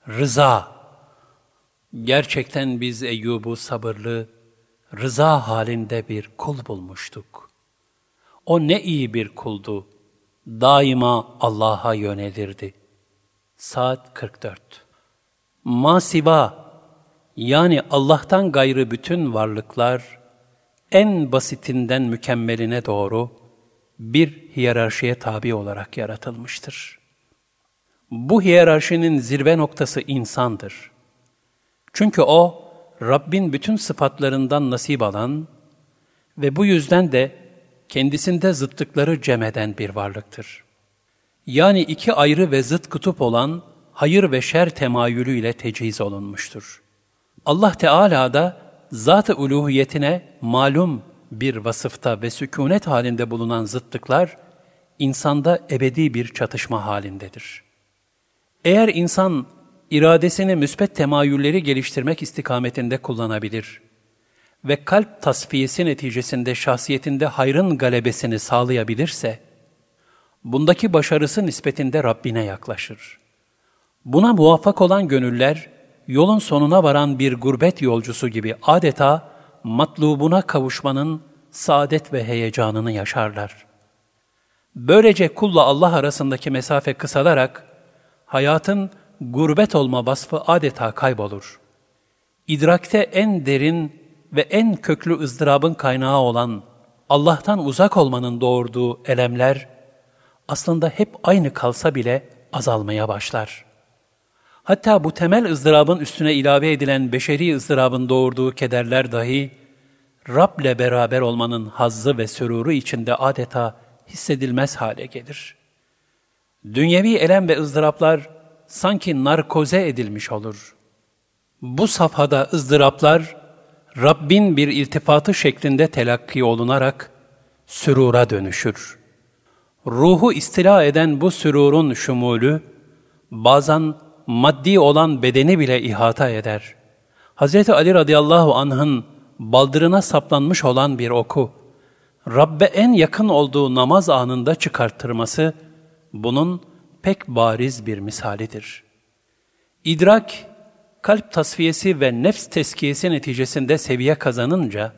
Rıza. Gerçekten biz Eyyub'u sabırlı, rıza halinde bir kul bulmuştuk. O ne iyi bir kuldu. Daima Allah'a yönelirdi. Saat 44. Masiva, yani Allah'tan gayrı bütün varlıklar, en basitinden mükemmeline doğru bir hiyerarşiye tabi olarak yaratılmıştır. Bu hiyerarşinin zirve noktası insandır. Çünkü o, Rabbin bütün sıfatlarından nasip alan ve bu yüzden de kendisinde zıttıkları cem eden bir varlıktır. Yani iki ayrı ve zıt kutup olan hayır ve şer temayülüyle tecihiz olunmuştur. Allah Teala da zat-ı uluhiyetine malum bir vasıfta ve sükûnet halinde bulunan zıttıklar, insanda ebedi bir çatışma halindedir. Eğer insan iradesini müsbet temayülleri geliştirmek istikametinde kullanabilir ve kalp tasfiyesi neticesinde şahsiyetinde hayrın galebesini sağlayabilirse, bundaki başarısı nispetinde Rabbine yaklaşır. Buna muvaffak olan gönüller, yolun sonuna varan bir gurbet yolcusu gibi adeta matlubuna kavuşmanın saadet ve heyecanını yaşarlar. Böylece kulla Allah arasındaki mesafe kısalarak, hayatın gurbet olma vasfı adeta kaybolur. İdrakte en derin ve en köklü ızdırabın kaynağı olan Allah'tan uzak olmanın doğurduğu elemler, aslında hep aynı kalsa bile azalmaya başlar. Hatta bu temel ızdırabın üstüne ilave edilen beşeri ızdırabın doğurduğu kederler dahi, Rab'le beraber olmanın hazzı ve süruru içinde adeta hissedilmez hale gelir. Dünyevi elem ve ızdıraplar sanki narkoze edilmiş olur. Bu safhada ızdıraplar, Rabbin bir iltifatı şeklinde telakki olunarak sürura dönüşür. Ruhu istila eden bu sürurun şumulü, bazen maddi olan bedeni bile ihata eder. Hz. Ali radıyallahu anh'ın baldırına saplanmış olan bir oku, Rabbe en yakın olduğu namaz anında çıkarttırması, bunun pek bariz bir misalidir. İdrak, kalp tasfiyesi ve nefs teskiyesi neticesinde seviye kazanınca,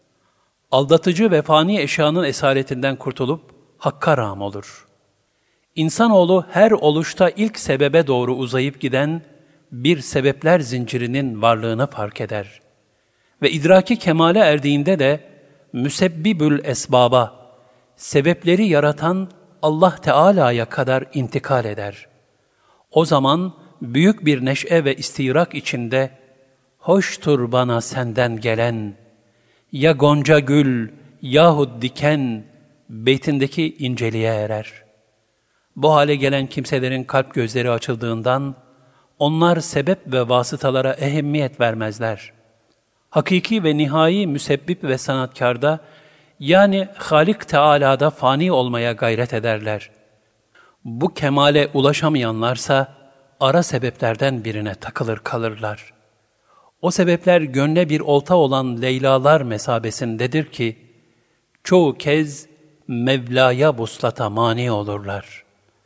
aldatıcı ve fani eşyanın esaretinden kurtulup hakka rağm olur. İnsanoğlu her oluşta ilk sebebe doğru uzayıp giden bir sebepler zincirinin varlığını fark eder. Ve idraki kemale erdiğinde de müsebbibül esbaba, sebepleri yaratan Allah Teala'ya kadar intikal eder. O zaman büyük bir neşe ve istirak içinde, hoştur bana senden gelen, ya gonca gül yahut diken beytindeki inceliğe erer. Bu hale gelen kimselerin kalp gözleri açıldığından, onlar sebep ve vasıtalara ehemmiyet vermezler. Hakiki ve nihai müsebbip ve sanatkarda, yani Halik Teâlâ'da fani olmaya gayret ederler. Bu kemale ulaşamayanlarsa, ara sebeplerden birine takılır kalırlar. O sebepler gönle bir olta olan Leylalar mesabesindedir ki, çoğu kez Mevla'ya vuslata mani olurlar.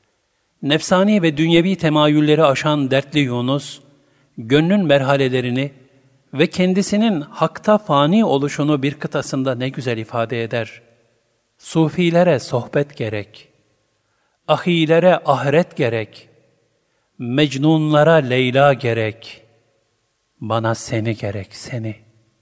Nefsani ve dünyevi temayülleri aşan dertli Yunus, gönlün merhalelerini ve kendisinin hakta fani oluşunu bir kıtasında ne güzel ifade eder. Sufilere sohbet gerek, ahilere ahiret gerek, mecnunlara Leyla gerek, bana seni gerek, seni.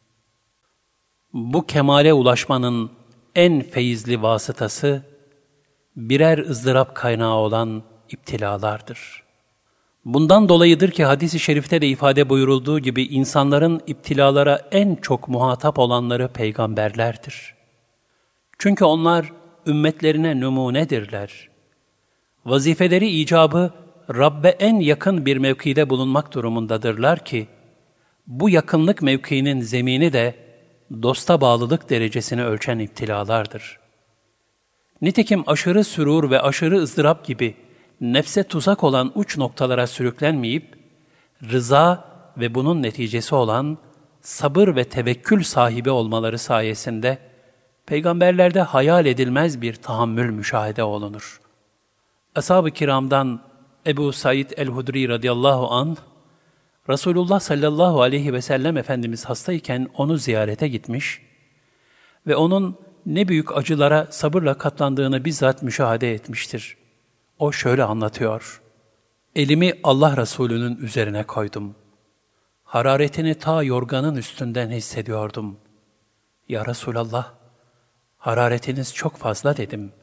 Bu kemale ulaşmanın en feyizli vasıtası, birer ızdırap kaynağı olan iptilalardır. Bundan dolayıdır ki hadis-i şerifte de ifade buyurulduğu gibi insanların iptilalara en çok muhatap olanları peygamberlerdir. Çünkü onlar ümmetlerine numunedirler. Vazifeleri icabı Rabbe en yakın bir mevkide bulunmak durumundadırlar ki, bu yakınlık mevkiinin zemini de dosta bağlılık derecesini ölçen iptilalardır. Nitekim aşırı sürur ve aşırı ızdırap gibi nefse tuzak olan uç noktalara sürüklenmeyip, rıza ve bunun neticesi olan sabır ve tevekkül sahibi olmaları sayesinde, peygamberlerde hayal edilmez bir tahammül müşahede olunur. Ashab-ı kiramdan Ebu Said el-Hudri radıyallahu anh, Resulullah sallallahu aleyhi ve sellem Efendimiz hastayken onu ziyarete gitmiş ve onun ne büyük acılara sabırla katlandığını bizzat müşahede etmiştir. O şöyle anlatıyor: "Elimi Allah Resulü'nün üzerine koydum. Hararetini ta yorganın üstünden hissediyordum. Ya Resulallah, hararetiniz çok fazla dedim.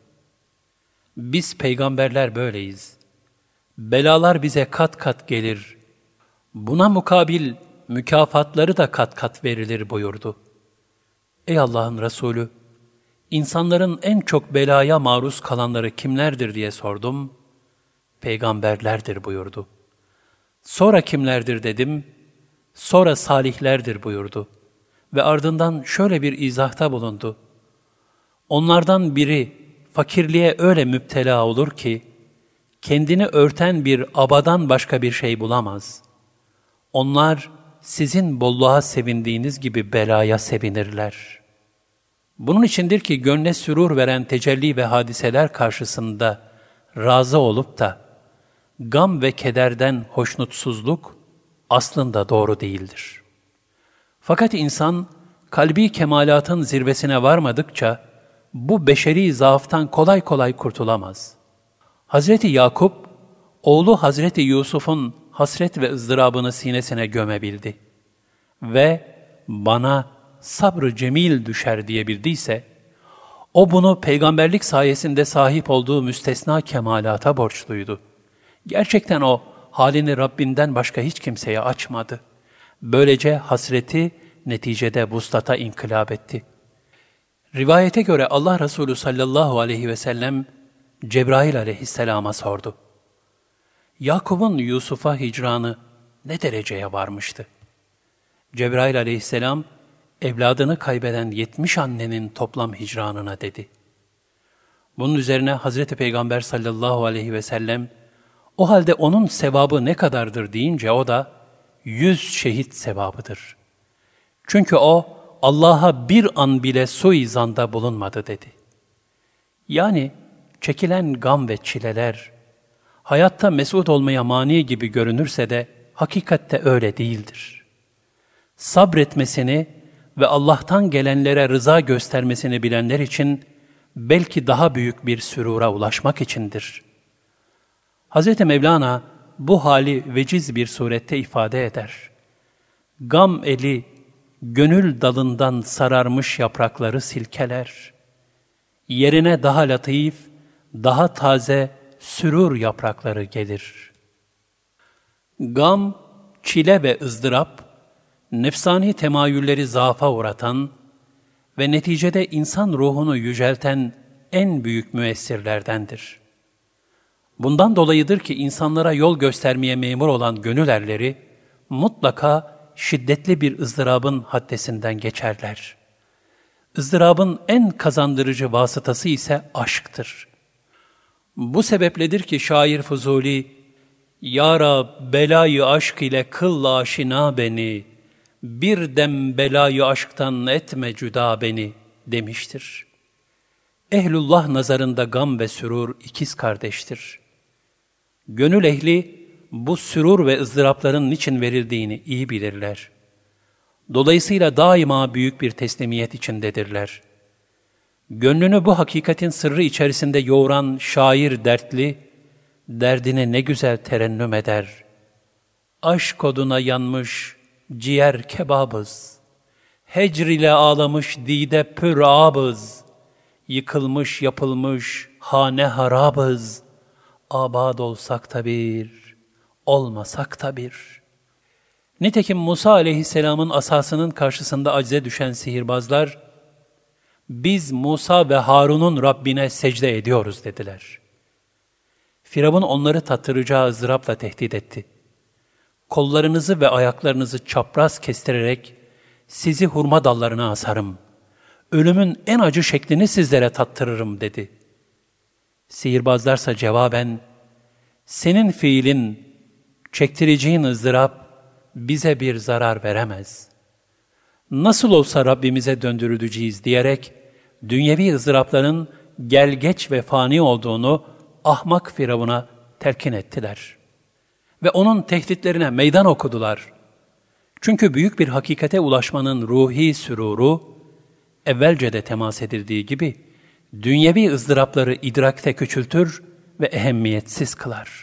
Biz peygamberler böyleyiz. Belalar bize kat kat gelir. Buna mukabil mükafatları da kat kat verilir buyurdu. Ey Allah'ın Resulü, insanların en çok belaya maruz kalanları kimlerdir diye sordum. Peygamberlerdir buyurdu. Sonra kimlerdir dedim. Sonra salihlerdir buyurdu. Ve ardından şöyle bir izahta bulundu. Onlardan biri fakirliğe öyle müptela olur ki, kendini örten bir abadan başka bir şey bulamaz. Onlar sizin bolluğa sevindiğiniz gibi belaya sevinirler. Bunun içindir ki gönle sürur veren tecelli ve hadiseler karşısında razı olup da gam ve kederden hoşnutsuzluk aslında doğru değildir. Fakat insan kalbi kemalatın zirvesine varmadıkça bu beşeri zaaftan kolay kolay kurtulamaz. Hazreti Yakup, oğlu Hazreti Yusuf'un hasret ve ızdırabını sinesine gömebildi ve bana sabrı cemil düşer diyebildiyse, o bunu peygamberlik sayesinde sahip olduğu müstesna kemalata borçluydu. Gerçekten o halini Rabbinden başka hiç kimseye açmadı. Böylece hasreti neticede vuslata inkılap etti. Rivayete göre Allah Resulü sallallahu aleyhi ve sellem Cebrail aleyhisselama sordu. Yakup'un Yusuf'a hicranı ne dereceye varmıştı? Cebrail aleyhisselam, evladını kaybeden 70 annenin toplam hicranına dedi. Bunun üzerine Hazreti Peygamber sallallahu aleyhi ve sellem, o halde onun sevabı ne kadardır deyince o da 100 şehit sevabıdır. Çünkü o Allah'a bir an bile suizanda bulunmadı dedi. Yani çekilen gam ve çileler, hayatta mesut olmaya mani gibi görünürse de hakikatte öyle değildir. Sabretmesini ve Allah'tan gelenlere rıza göstermesini bilenler için belki daha büyük bir sürura ulaşmak içindir. Hz. Mevlana bu hali veciz bir surette ifade eder. Gam eli, gönül dalından sararmış yaprakları silkeler. Yerine daha latif, daha taze sürur yaprakları gelir. Gam, çile ve ızdırap, nefsani temayülleri zaafa uğratan ve neticede insan ruhunu yücelten en büyük müessirlerdendir. Bundan dolayıdır ki insanlara yol göstermeye memur olan gönül erleri mutlaka şiddetli bir ızdırabın haddesinden geçerler. Izdırabın en kazandırıcı vasıtası ise aşktır. Bu sebepledir ki şair Fuzuli, "Ya Rab, belayı aşk ile kıl aşina beni, bir dem belayı aşktan etme cüda beni" demiştir. Ehlullah nazarında gam ve sürur ikiz kardeştir. Gönül ehli bu sürur ve ızdırapların niçin verildiğini iyi bilirler. Dolayısıyla daima büyük bir teslimiyet içindedirler. Gönlünü bu hakikatin sırrı içerisinde yoğuran şair dertli, derdine ne güzel terennüm eder. Aşk oduna yanmış ciğer kebabız, hecr ile ağlamış dide pür abız, yıkılmış yapılmış hane harabız, abad olsak da bir, olmasak da bir. Nitekim Musa aleyhisselamın asasının karşısında acize düşen sihirbazlar, biz Musa ve Harun'un Rabbine secde ediyoruz dediler. Firavun onları tattıracağı ızdırapla tehdit etti. Kollarınızı ve ayaklarınızı çapraz kestirerek sizi hurma dallarına asarım. Ölümün en acı şeklini sizlere tattırırım dedi. Sihirbazlarsa cevaben, senin fiilin, çektireceğin ızdırap bize bir zarar veremez. Nasıl olsa Rabbimize döndürüleceğiz diyerek, dünyevi ızdırapların gelgeç ve fani olduğunu ahmak Firavun'a telkin ettiler. ve onun tehditlerine meydan okudular. Çünkü büyük bir hakikate ulaşmanın ruhi süruru, evvelce de temas edildiği gibi, dünyevi ızdırapları idrakte küçültür ve ehemmiyetsiz kılar.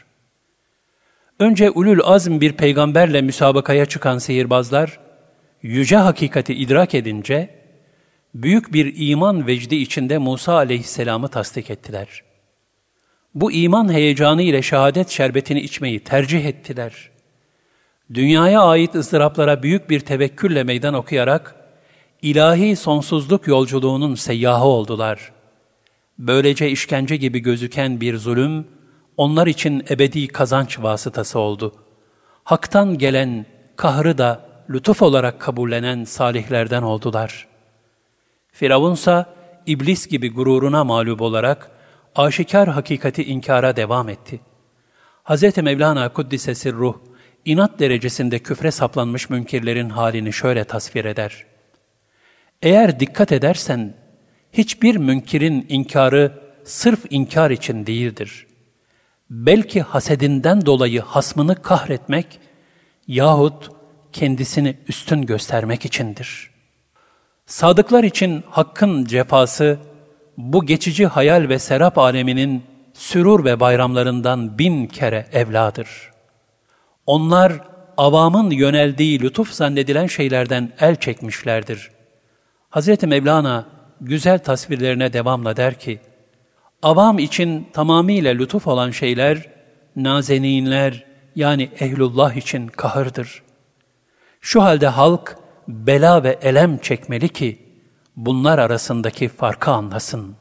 Önce ulul azm bir peygamberle müsabakaya çıkan sihirbazlar, yüce hakikati idrak edince, büyük bir iman vecdi içinde Musa aleyhisselamı tasdik ettiler. Bu iman heyecanı ile şehadet şerbetini içmeyi tercih ettiler. Dünyaya ait ızdıraplara büyük bir tevekkülle meydan okuyarak, ilahi sonsuzluk yolculuğunun seyyahı oldular. Böylece işkence gibi gözüken bir zulüm, onlar için ebedi kazanç vasıtası oldu. Hak'tan gelen kahrı da lütuf olarak kabullenen salihlerden oldular. Firavunsa iblis gibi gururuna mağlup olarak aşikar hakikati inkara devam etti. Hz. Mevlana Kuddise Sirruh, inat derecesinde küfre saplanmış münkirlerin halini şöyle tasvir eder. Eğer dikkat edersen, hiçbir münkirin inkarı sırf inkar için değildir. Belki hasedinden dolayı hasmını kahretmek yahut kendisini üstün göstermek içindir. Sadıklar için hakkın cefası, bu geçici hayal ve serap aleminin sürur ve bayramlarından 1000 kere evladır. Onlar, avamın yöneldiği lütuf zannedilen şeylerden el çekmişlerdir. Hz. Mevlana, güzel tasvirlerine devamla der ki, avam için tamamıyla lütuf olan şeyler, nazeninler yani ehlullah için kahırdır. Şu halde halk, bela ve elem çekmeli ki, bunlar arasındaki farkı anlasın.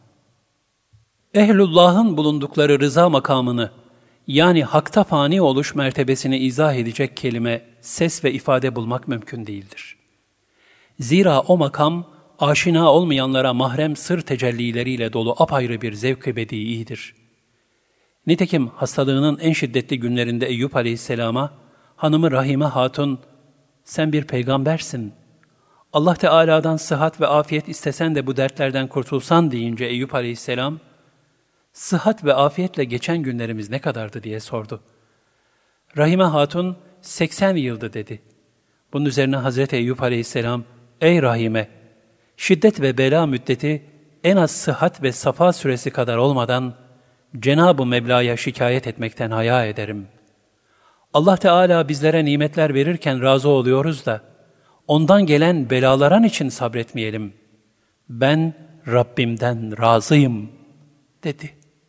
Ehlullah'ın bulundukları rıza makamını, yani hakta fani oluş mertebesini izah edecek kelime, ses ve ifade bulmak mümkün değildir. Zira o makam, aşina olmayanlara mahrem sır tecellileriyle dolu apayrı bir zevk-i bediidir. Nitekim hastalığının en şiddetli günlerinde Eyüp Aleyhisselam'a, hanımı Rahime Hatun, sen bir peygambersin, Allah Teala'dan sıhhat ve afiyet istesen de bu dertlerden kurtulsan deyince Eyüp Aleyhisselam, sıhhat ve afiyetle geçen günlerimiz ne kadardı diye sordu. Rahime Hatun, 80 yıldı dedi. Bunun üzerine Hazreti Eyüp Aleyhisselam, ey Rahime, şiddet ve bela müddeti en az sıhhat ve safa süresi kadar olmadan Cenab-ı Mevla'ya şikayet etmekten haya ederim. Allah Teala bizlere nimetler verirken razı oluyoruz da, ondan gelen belaların için sabretmeyelim. Ben Rabbimden razıyım, dedi.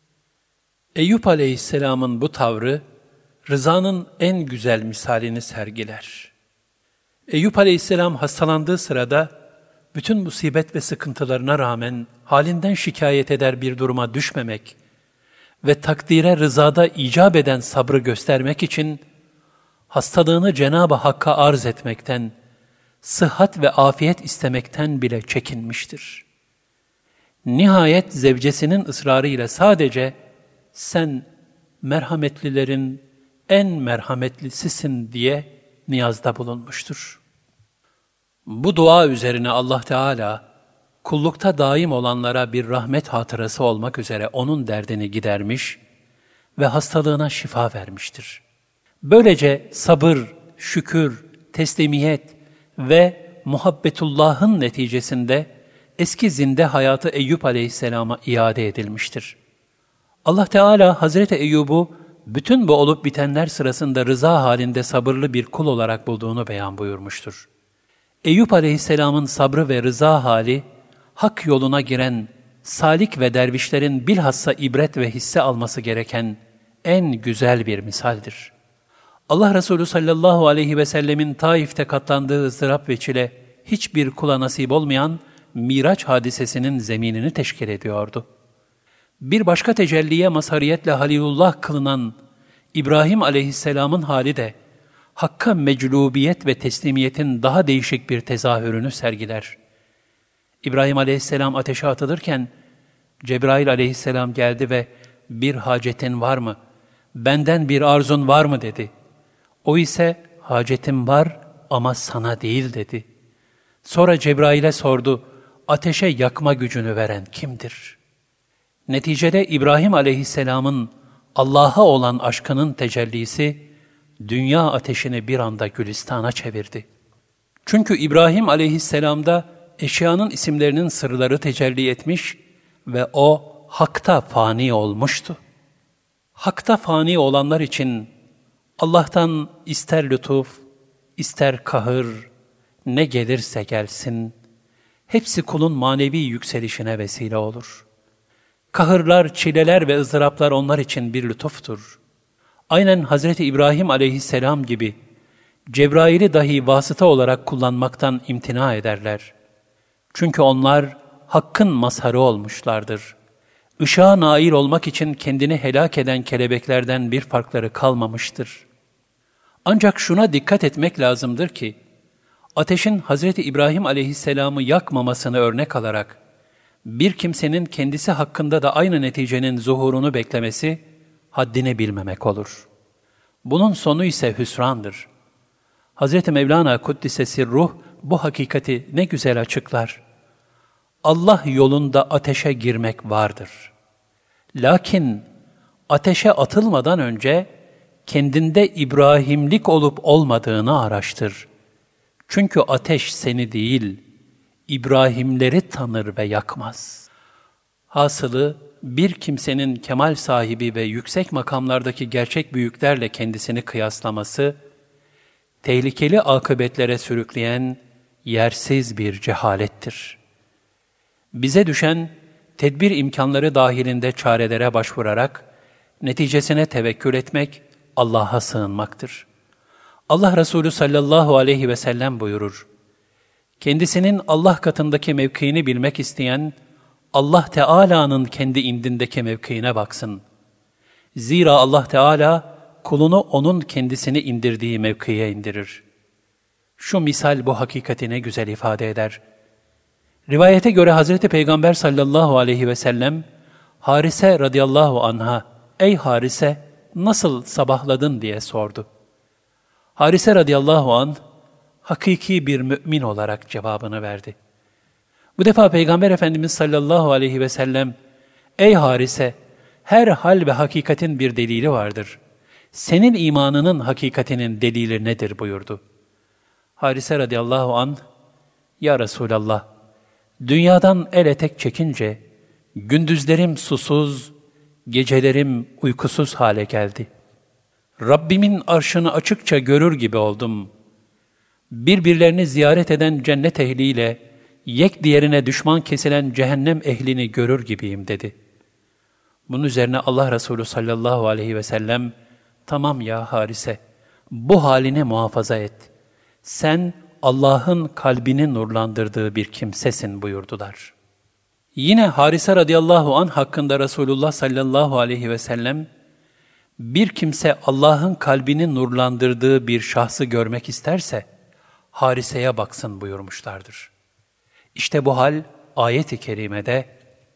Eyüp Aleyhisselam'ın bu tavrı, rızanın en güzel misalini sergiler. Eyüp Aleyhisselam hastalandığı sırada, bütün musibet ve sıkıntılarına rağmen halinden şikayet eder bir duruma düşmemek ve takdire rızada icap eden sabrı göstermek için, hastalığını Cenab-ı Hakk'a arz etmekten, sıhhat ve afiyet istemekten bile çekinmiştir. Nihayet zevcesinin ısrarıyla sadece, sen merhametlilerin en merhametlisisin diye niyazda bulunmuştur. Bu dua üzerine Allah Teala, kullukta daim olanlara bir rahmet hatırası olmak üzere onun derdini gidermiş ve hastalığına şifa vermiştir. Böylece sabır, şükür, teslimiyet ve muhabbetullah'ın neticesinde eski zinde hayatı Eyüp Aleyhisselam'a iade edilmiştir. Allah Teala Hazreti Eyyub'u bütün bu olup bitenler sırasında rıza halinde sabırlı bir kul olarak bulduğunu beyan buyurmuştur. Eyüp Aleyhisselam'ın sabrı ve rıza hali, hak yoluna giren salik ve dervişlerin bilhassa ibret ve hisse alması gereken en güzel bir misaldir. Allah Resulü sallallahu aleyhi ve sellemin Taif'te katlandığı ızdırap ve çile hiçbir kula nasip olmayan Miraç hadisesinin zeminini teşkil ediyordu. Bir başka tecelliye mazhariyetle Halilullah kılınan İbrahim aleyhisselamın hali de Hakk'a meclubiyet ve teslimiyetin daha değişik bir tezahürünü sergiler. İbrahim aleyhisselam ateşe atılırken Cebrail aleyhisselam geldi ve bir hacetin var mı, benden bir arzun var mı dedi. O ise hacetim var ama sana değil dedi. Sonra Cebrail'e sordu, ateşe yakma gücünü veren kimdir? Neticede İbrahim aleyhisselamın Allah'a olan aşkının tecellisi, dünya ateşini bir anda gülistana çevirdi. Çünkü İbrahim aleyhisselamda eşyanın isimlerinin sırları tecelli etmiş ve o hakta fani olmuştu. Hakta fani olanlar için Allah'tan ister lütuf, ister kahır, ne gelirse gelsin, hepsi kulun manevi yükselişine vesile olur. Kahırlar, çileler ve ızdıraplar onlar için bir lütuftur. Aynen Hazreti İbrahim aleyhisselam gibi Cebrail'i dahi vasıta olarak kullanmaktan imtina ederler. Çünkü onlar hakkın mazharı olmuşlardır. Işığa nail olmak için kendini helak eden kelebeklerden bir farkları kalmamıştır. Ancak şuna dikkat etmek lazımdır ki, ateşin Hazreti İbrahim aleyhisselamı yakmamasını örnek alarak, bir kimsenin kendisi hakkında da aynı neticenin zuhurunu beklemesi, haddini bilmemek olur. Bunun sonu ise hüsrandır. Hazreti Mevlana Kuddise Sirruh bu hakikati ne güzel açıklar. Allah yolunda ateşe girmek vardır. Lakin ateşe atılmadan önce kendinde İbrahimlik olup olmadığını araştır. Çünkü ateş seni değil, İbrahimleri tanır ve yakmaz. Hasılı, bir kimsenin kemal sahibi ve yüksek makamlardaki gerçek büyüklerle kendisini kıyaslaması, tehlikeli akıbetlere sürükleyen yersiz bir cehalettir. Bize düşen, tedbir imkanları dahilinde çarelere başvurarak, neticesine tevekkül etmek, Allah'a sığınmaktır. Allah Resulü sallallahu aleyhi ve sellem buyurur, kendisinin Allah katındaki mevkiini bilmek isteyen, Allah Teala'nın kendi indindeki mevkiine baksın. Zira Allah Teala, kulunu onun kendisini indirdiği mevkiye indirir. Şu misal bu hakikati ne güzel ifade eder. Rivayete göre Hazreti Peygamber sallallahu aleyhi ve sellem, Harise radıyallahu anha, ''Ey Harise, nasıl sabahladın?'' diye sordu. Harise radıyallahu anh, hakiki bir mümin olarak cevabını verdi. Bu defa Peygamber Efendimiz sallallahu aleyhi ve sellem, ''Ey Harise, her hal ve hakikatin bir delili vardır. Senin imanının hakikatinin delili nedir?'' buyurdu. Harise radıyallahu anh, ''Ya Resulallah, dünyadan el etek çekince, gündüzlerim susuz, gecelerim uykusuz hale geldi. Rabbimin arşını açıkça görür gibi oldum. Birbirlerini ziyaret eden cennet ehliyle, yek diğerine düşman kesilen cehennem ehlini görür gibiyim,'' dedi. Bunun üzerine Allah Resulü sallallahu aleyhi ve sellem, ''Tamam ya Harise, bu halini muhafaza et. Sen Allah'ın kalbini nurlandırdığı bir kimsesin,'' buyurdular. Yine Harise radıyallahu anh hakkında Resulullah sallallahu aleyhi ve sellem, bir kimse Allah'ın kalbini nurlandırdığı bir şahsı görmek isterse, Harise'ye baksın buyurmuşlardır. İşte bu hal ayet-i kerimede,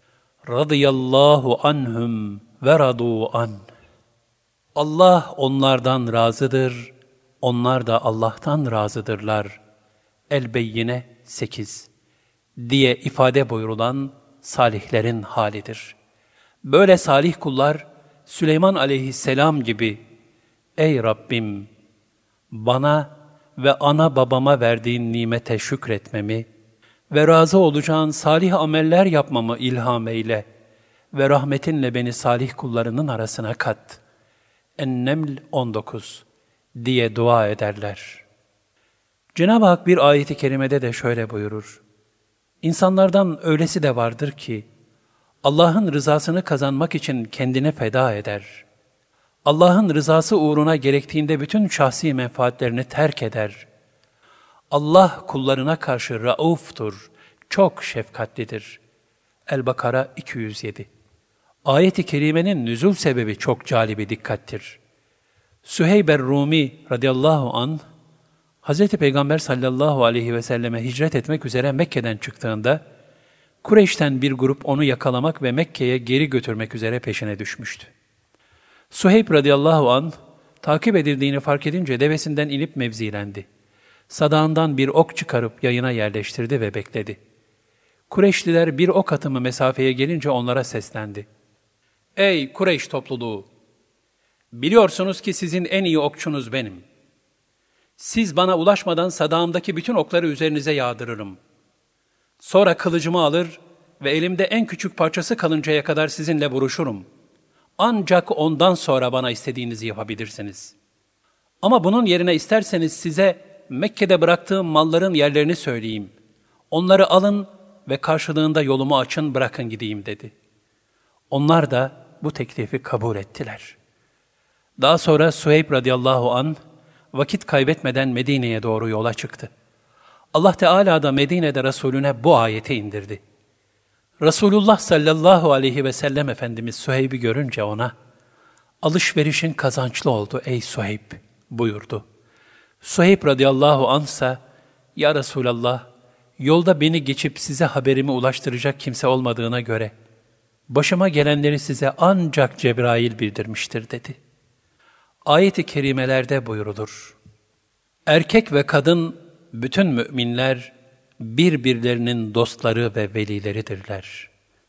radıyallahu anhum ve radu an. Allah onlardan razıdır, onlar da Allah'tan razıdırlar. El-Beyyine 8 diye ifade buyurulan salihlerin halidir. Böyle salih kullar Süleyman aleyhisselam gibi, ''Ey Rabbim, bana ve ana babama verdiğin nimete şükretmemi ve razı olacağın salih ameller yapmamı ilham eyle ve rahmetinle beni salih kullarının arasına kat.'' En-Neml 19 diye dua ederler. Cenab-ı Hak bir ayet-i kerimede de şöyle buyurur. İnsanlardan öylesi de vardır ki, Allah'ın rızasını kazanmak için kendini feda eder. Allah'ın rızası uğruna gerektiğinde bütün şahsi menfaatlerini terk eder. Allah kullarına karşı rauftur, çok şefkatlidir. El-Bakara 207. Ayet-i kerimenin nüzul sebebi çok calibi dikkattir. Süheyb er-Rumi radıyallahu anh, Hz. Peygamber sallallahu aleyhi ve selleme hicret etmek üzere Mekke'den çıktığında, Kureyş'ten bir grup onu yakalamak ve Mekke'ye geri götürmek üzere peşine düşmüştü. Süheyb radıyallahu anh, takip edildiğini fark edince devesinden inip mevzilendi. Sadağından bir ok çıkarıp yayına yerleştirdi ve bekledi. Kureyşliler bir ok atımı mesafeye gelince onlara seslendi. ''Ey Kureyş topluluğu! Biliyorsunuz ki sizin en iyi okçunuz benim. Siz bana ulaşmadan sadağımdaki bütün okları üzerinize yağdırırım. Sonra kılıcımı alır ve elimde en küçük parçası kalıncaya kadar sizinle vuruşurum. Ancak ondan sonra bana istediğinizi yapabilirsiniz. Ama bunun yerine isterseniz size Mekke'de bıraktığım malların yerlerini söyleyeyim. Onları alın ve karşılığında yolumu açın, bırakın gideyim dedi. Onlar da bu teklifi kabul ettiler. Daha sonra Süheyb radıyallahu anh vakit kaybetmeden Medine'ye doğru yola çıktı. Allah Teala da Medine'de Resulüne bu ayeti indirdi. Resulullah sallallahu aleyhi ve sellem Efendimiz Süheyb'i görünce ona, "Alışverişin kazançlı oldu ey Süheyb," buyurdu. Süheyb radıyallahu anh ise, "Ya Resulallah, yolda beni geçip size haberimi ulaştıracak kimse olmadığına göre, başıma gelenleri size ancak Cebrail bildirmiştir," dedi. Ayet-i kerimelerde buyurulur. Erkek ve kadın, bütün müminler, birbirlerinin dostları ve velileridirler.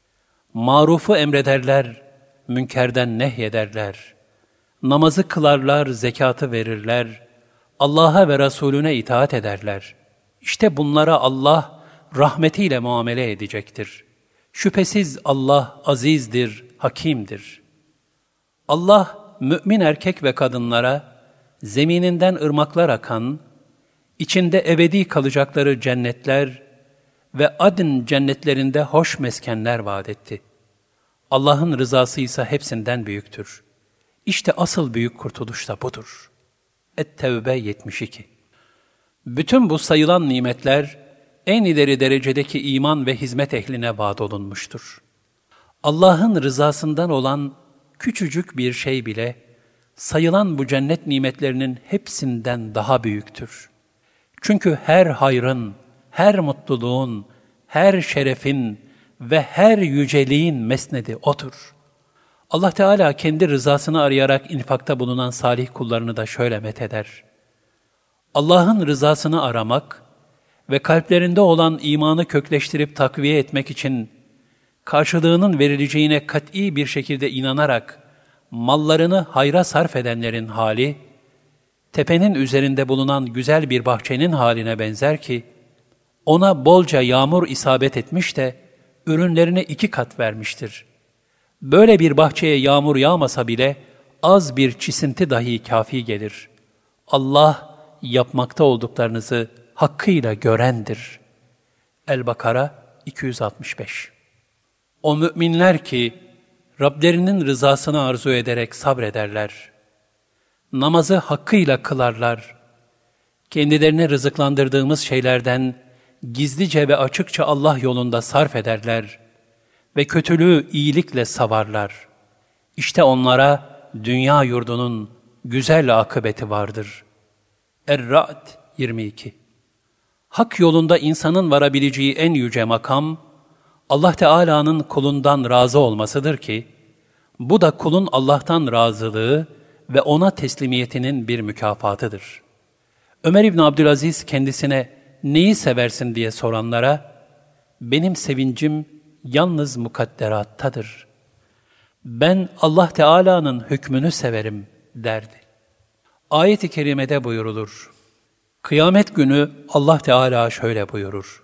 Marufu emrederler, münkerden nehyederler. Namazı kılarlar, zekatı verirler. Allah'a ve Resulüne itaat ederler. İşte bunlara Allah rahmetiyle muamele edecektir. Şüphesiz Allah azizdir, hakimdir. Allah, mümin erkek ve kadınlara, zemininden ırmaklar akan, içinde ebedi kalacakları cennetler ve adn cennetlerinde hoş meskenler vaat etti. Allah'ın rızası ise hepsinden büyüktür. İşte asıl büyük kurtuluş da budur. Et-Tevbe 72. Bütün bu sayılan nimetler, en ileri derecedeki iman ve hizmet ehline vaat olunmuştur. Allah'ın rızasından olan küçücük bir şey bile, sayılan bu cennet nimetlerinin hepsinden daha büyüktür. Çünkü her hayrın, her mutluluğun, her şerefin ve her yüceliğin mesnedi O'dur. Allah Teala kendi rızasını arayarak infakta bulunan salih kullarını da şöyle metheder. Allah'ın rızasını aramak ve kalplerinde olan imanı kökleştirip takviye etmek için karşılığının verileceğine kat'i bir şekilde inanarak mallarını hayra sarf edenlerin hali, tepenin üzerinde bulunan güzel bir bahçenin haline benzer ki, ona bolca yağmur isabet etmiş de ürünlerini 2 kat vermiştir. Böyle bir bahçeye yağmur yağmasa bile az bir çisinti dahi kafi gelir. Allah yapmakta olduklarınızı hakkıyla görendir. El-Bakara 265. O müminler ki Rablerinin rızasını arzu ederek sabrederler. Namazı hakkıyla kılarlar. Kendilerine rızıklandırdığımız şeylerden gizlice ve açıkça Allah yolunda sarf ederler ve kötülüğü iyilikle savarlar. İşte onlara dünya yurdunun güzel akıbeti vardır. Er-Ra'd 22. Hak yolunda insanın varabileceği en yüce makam, Allah Teala'nın kulundan razı olmasıdır ki, bu da kulun Allah'tan razılığı ve ona teslimiyetinin bir mükafatıdır. Ömer İbn Abdülaziz kendisine neyi seversin diye soranlara, benim sevincim yalnız mukadderattadır. Ben Allah Teala'nın hükmünü severim derdi. Ayet-i kerimede buyurulur. Kıyamet günü Allah Teala şöyle buyurur.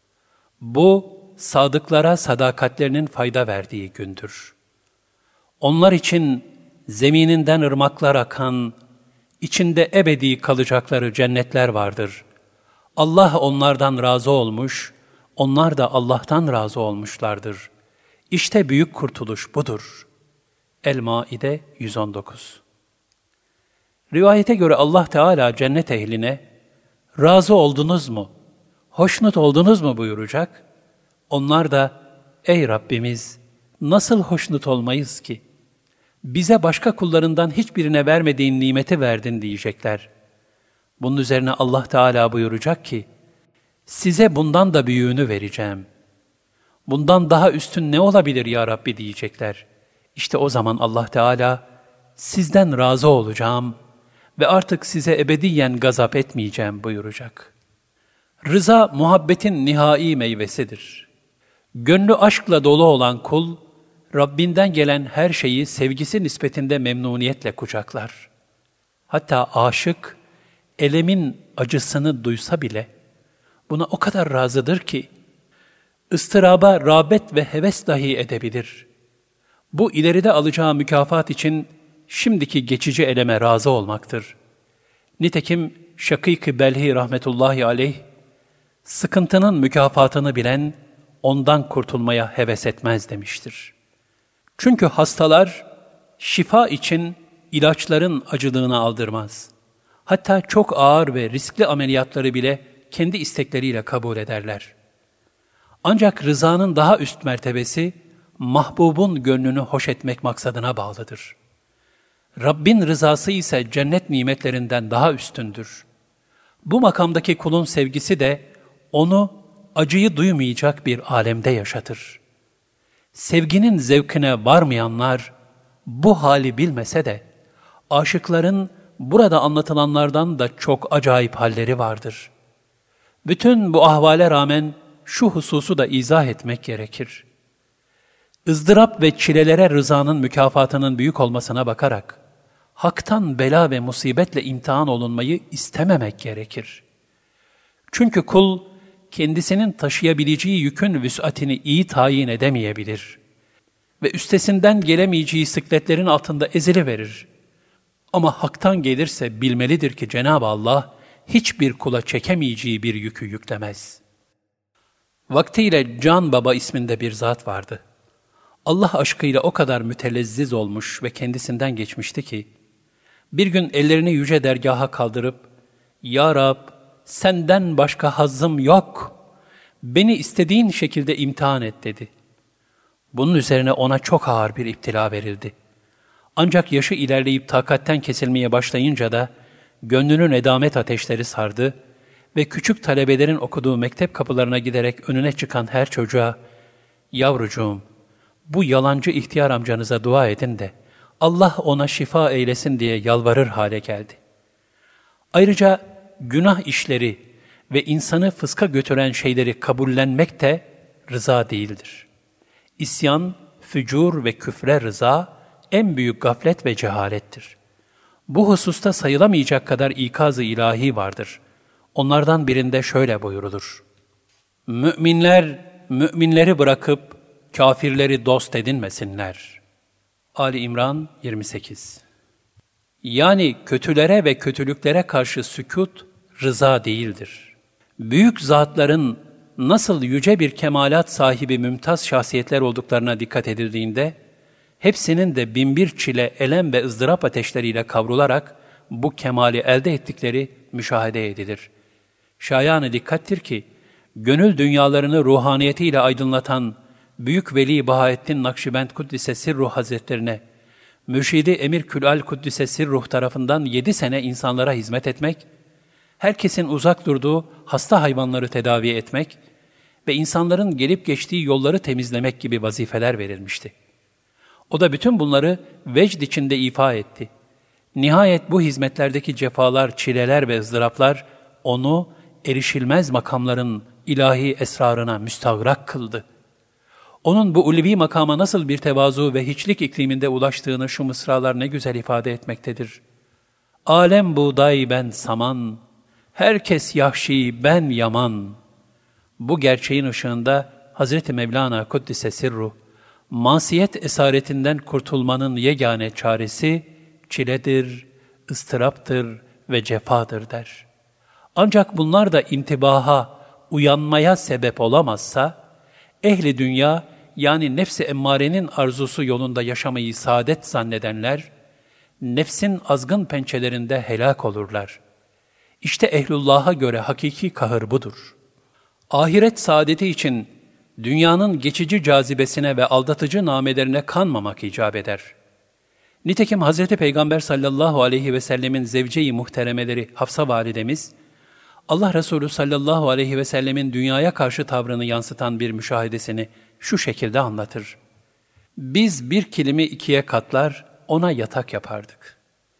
Bu, sadıklara sadakatlerinin fayda verdiği gündür. Onlar için zemininden ırmaklar akan, içinde ebedi kalacakları cennetler vardır. Allah onlardan razı olmuş, onlar da Allah'tan razı olmuşlardır. İşte büyük kurtuluş budur. El-Maide 119. Rivayete göre Allah Teala cennet ehline, razı oldunuz mu, hoşnut oldunuz mu buyuracak. Onlar da, ey Rabbimiz, nasıl hoşnut olmayız ki? Bize başka kullarından hiçbirine vermediğin nimeti verdin diyecekler. Bunun üzerine Allah Teala buyuracak ki, size bundan da büyüğünü vereceğim. Bundan daha üstün ne olabilir ya Rabbi diyecekler. İşte o zaman Allah Teala, sizden razı olacağım ve artık size ebediyen gazap etmeyeceğim buyuracak. Rıza, muhabbetin nihai meyvesidir. Gönlü aşkla dolu olan kul, Rabbinden gelen her şeyi sevgisi nispetinde memnuniyetle kucaklar. Hatta aşık, elemin acısını duysa bile buna o kadar razıdır ki, ıstıraba rağbet ve heves dahi edebilir. Bu ileride alacağı mükafat için şimdiki geçici eleme razı olmaktır. Nitekim Şakîk-i Belhi rahmetullahi aleyh, sıkıntının mükafatını bilen ondan kurtulmaya heves etmez demiştir. Çünkü hastalar şifa için ilaçların acılığını aldırmaz. Hatta çok ağır ve riskli ameliyatları bile kendi istekleriyle kabul ederler. Ancak rızanın daha üst mertebesi, mahbubun gönlünü hoş etmek maksadına bağlıdır. Rabbin rızası ise cennet nimetlerinden daha üstündür. Bu makamdaki kulun sevgisi de onu acıyı duymayacak bir alemde yaşatır. Sevginin zevkine varmayanlar bu hali bilmese de, aşıkların burada anlatılanlardan da çok acayip halleri vardır. Bütün bu ahvale rağmen şu hususu da izah etmek gerekir. ızdırap ve çilelere rızanın mükafatının büyük olmasına bakarak, haktan bela ve musibetle imtihan olunmayı istememek gerekir. Çünkü kul, kendisinin taşıyabileceği yükün vüs'atini iyi tayin edemeyebilir ve üstesinden gelemeyeceği sıkletlerin altında eziliverir. Ama haktan gelirse bilmelidir ki Cenab-ı Allah hiçbir kula çekemeyeceği bir yükü yüklemez. Vaktiyle Can Baba isminde bir zat vardı. Allah aşkıyla o kadar mütelezziz olmuş ve kendisinden geçmişti ki, bir gün ellerini yüce dergaha kaldırıp, "Ya Rab, senden başka hazzım yok, beni istediğin şekilde imtihan et" dedi. Bunun üzerine ona çok ağır bir iptila verildi. Ancak yaşı ilerleyip takatten kesilmeye başlayınca da, gönlünü nedamet ateşleri sardı ve küçük talebelerin okuduğu mektep kapılarına giderek önüne çıkan her çocuğa, "Yavrucuğum, bu yalancı ihtiyar amcanıza dua edin de Allah ona şifa eylesin" diye yalvarır hale geldi. Ayrıca günah işleri ve insanı fıska götüren şeyleri kabullenmek de rıza değildir. İsyan, fücur ve küfre rıza en büyük gaflet ve cehalettir. Bu hususta sayılamayacak kadar ikaz-ı ilahi vardır. Onlardan birinde şöyle buyurulur: "Müminler, müminleri bırakıp kafirleri dost edinmesinler." Ali İmran 28. Yani kötülere ve kötülüklere karşı sükût rıza değildir. Büyük zatların nasıl yüce bir kemalat sahibi mümtaz şahsiyetler olduklarına dikkat edildiğinde, hepsinin de binbir çile, elem ve ızdırap ateşleriyle kavrularak bu kemali elde ettikleri müşahede edilir. Şayan-ı dikkattir ki, gönül dünyalarını ruhaniyetiyle aydınlatan Büyük Veli Bahaettin Nakşibend Kuddise Sirruh Hazretlerine, Mürşidi Emir Külal Kuddise Sirruh tarafından 7 sene insanlara hizmet etmek, herkesin uzak durduğu hasta hayvanları tedavi etmek ve insanların gelip geçtiği yolları temizlemek gibi vazifeler verilmişti. O da bütün bunları vecd içinde ifa etti. Nihayet bu hizmetlerdeki cefalar, çileler ve ızdıraplar onu erişilmez makamların ilahi esrarına müstagrak kıldı. Onun bu ulvi makama nasıl bir tevazu ve hiçlik ikliminde ulaştığını şu mısralar ne güzel ifade etmektedir. "Alem buğday ben saman, herkes yahşi ben yaman." Bu gerçeğin ışığında Hazreti Mevlana Kuddise Sirruh, masiyet esaretinden kurtulmanın yegane çaresi çiledir, ıstıraptır ve cefadır der. Ancak bunlar da intibaha, uyanmaya sebep olamazsa, ehli dünya yani nefs-i emmarenin arzusu yolunda yaşamayı saadet zannedenler, nefsin azgın pençelerinde helak olurlar. İşte ehlullah'a göre hakiki kahır budur. Ahiret saadeti için dünyanın geçici cazibesine ve aldatıcı namelerine kanmamak icap eder. Nitekim Hz. Peygamber sallallahu aleyhi ve sellemin zevce-i muhteremeleri Hafsa validemiz, Allah Resulü sallallahu aleyhi ve sellemin dünyaya karşı tavrını yansıtan bir müşahedesini şu şekilde anlatır. "Biz bir kilimi 2'ye katlar, ona yatak yapardık.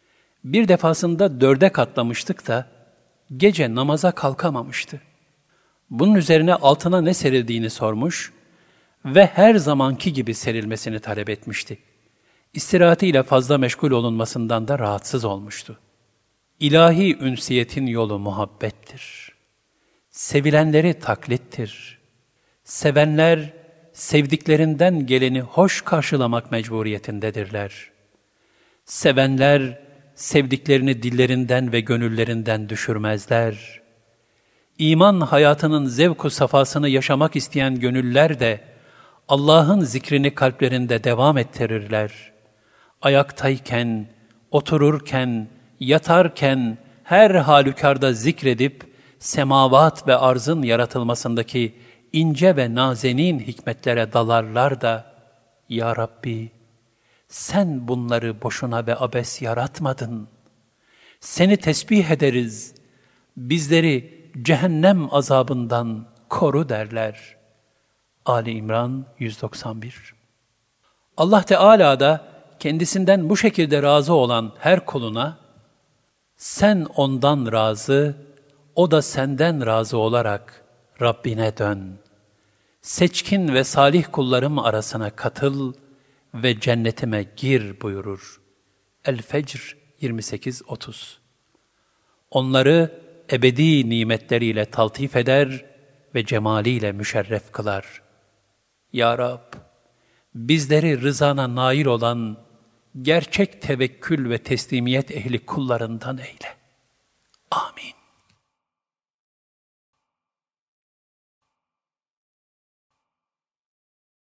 Bir defasında 4'e katlamıştık da gece namaza kalkamamıştı. Bunun üzerine altına ne serildiğini sormuş ve her zamanki gibi serilmesini talep etmişti. İstirahatiyle fazla meşgul olunmasından da rahatsız olmuştu. İlahi ünsiyetin yolu muhabbettir. Sevilenleri taklittir. Sevenler, sevdiklerinden geleni hoş karşılamak mecburiyetindedirler. Sevenler, sevdiklerini dillerinden ve gönüllerinden düşürmezler. İman hayatının zevk-u safasını yaşamak isteyen gönüller de Allah'ın zikrini kalplerinde devam ettirirler. Ayaktayken, otururken, yatarken her halükarda zikredip semavat ve arzın yaratılmasındaki ince ve nazenin hikmetlere dalarlar da Ya Rabbi, sen bunları boşuna ve abes yaratmadın. Seni tesbih ederiz, bizleri cehennem azabından koru derler. Ali İmran 191. Allah Teala da kendisinden bu şekilde razı olan her kuluna, sen ondan razı, o da senden razı olarak Rabbine dön. Seçkin ve salih kullarım arasına katıl ve cennetime gir buyurur. El-Fecr 28-30. Onları ebedi nimetleriyle taltif eder ve cemaliyle müşerref kılar. Ya Rab, bizleri rızana nail olan gerçek tevekkül ve teslimiyet ehli kullarından eyle.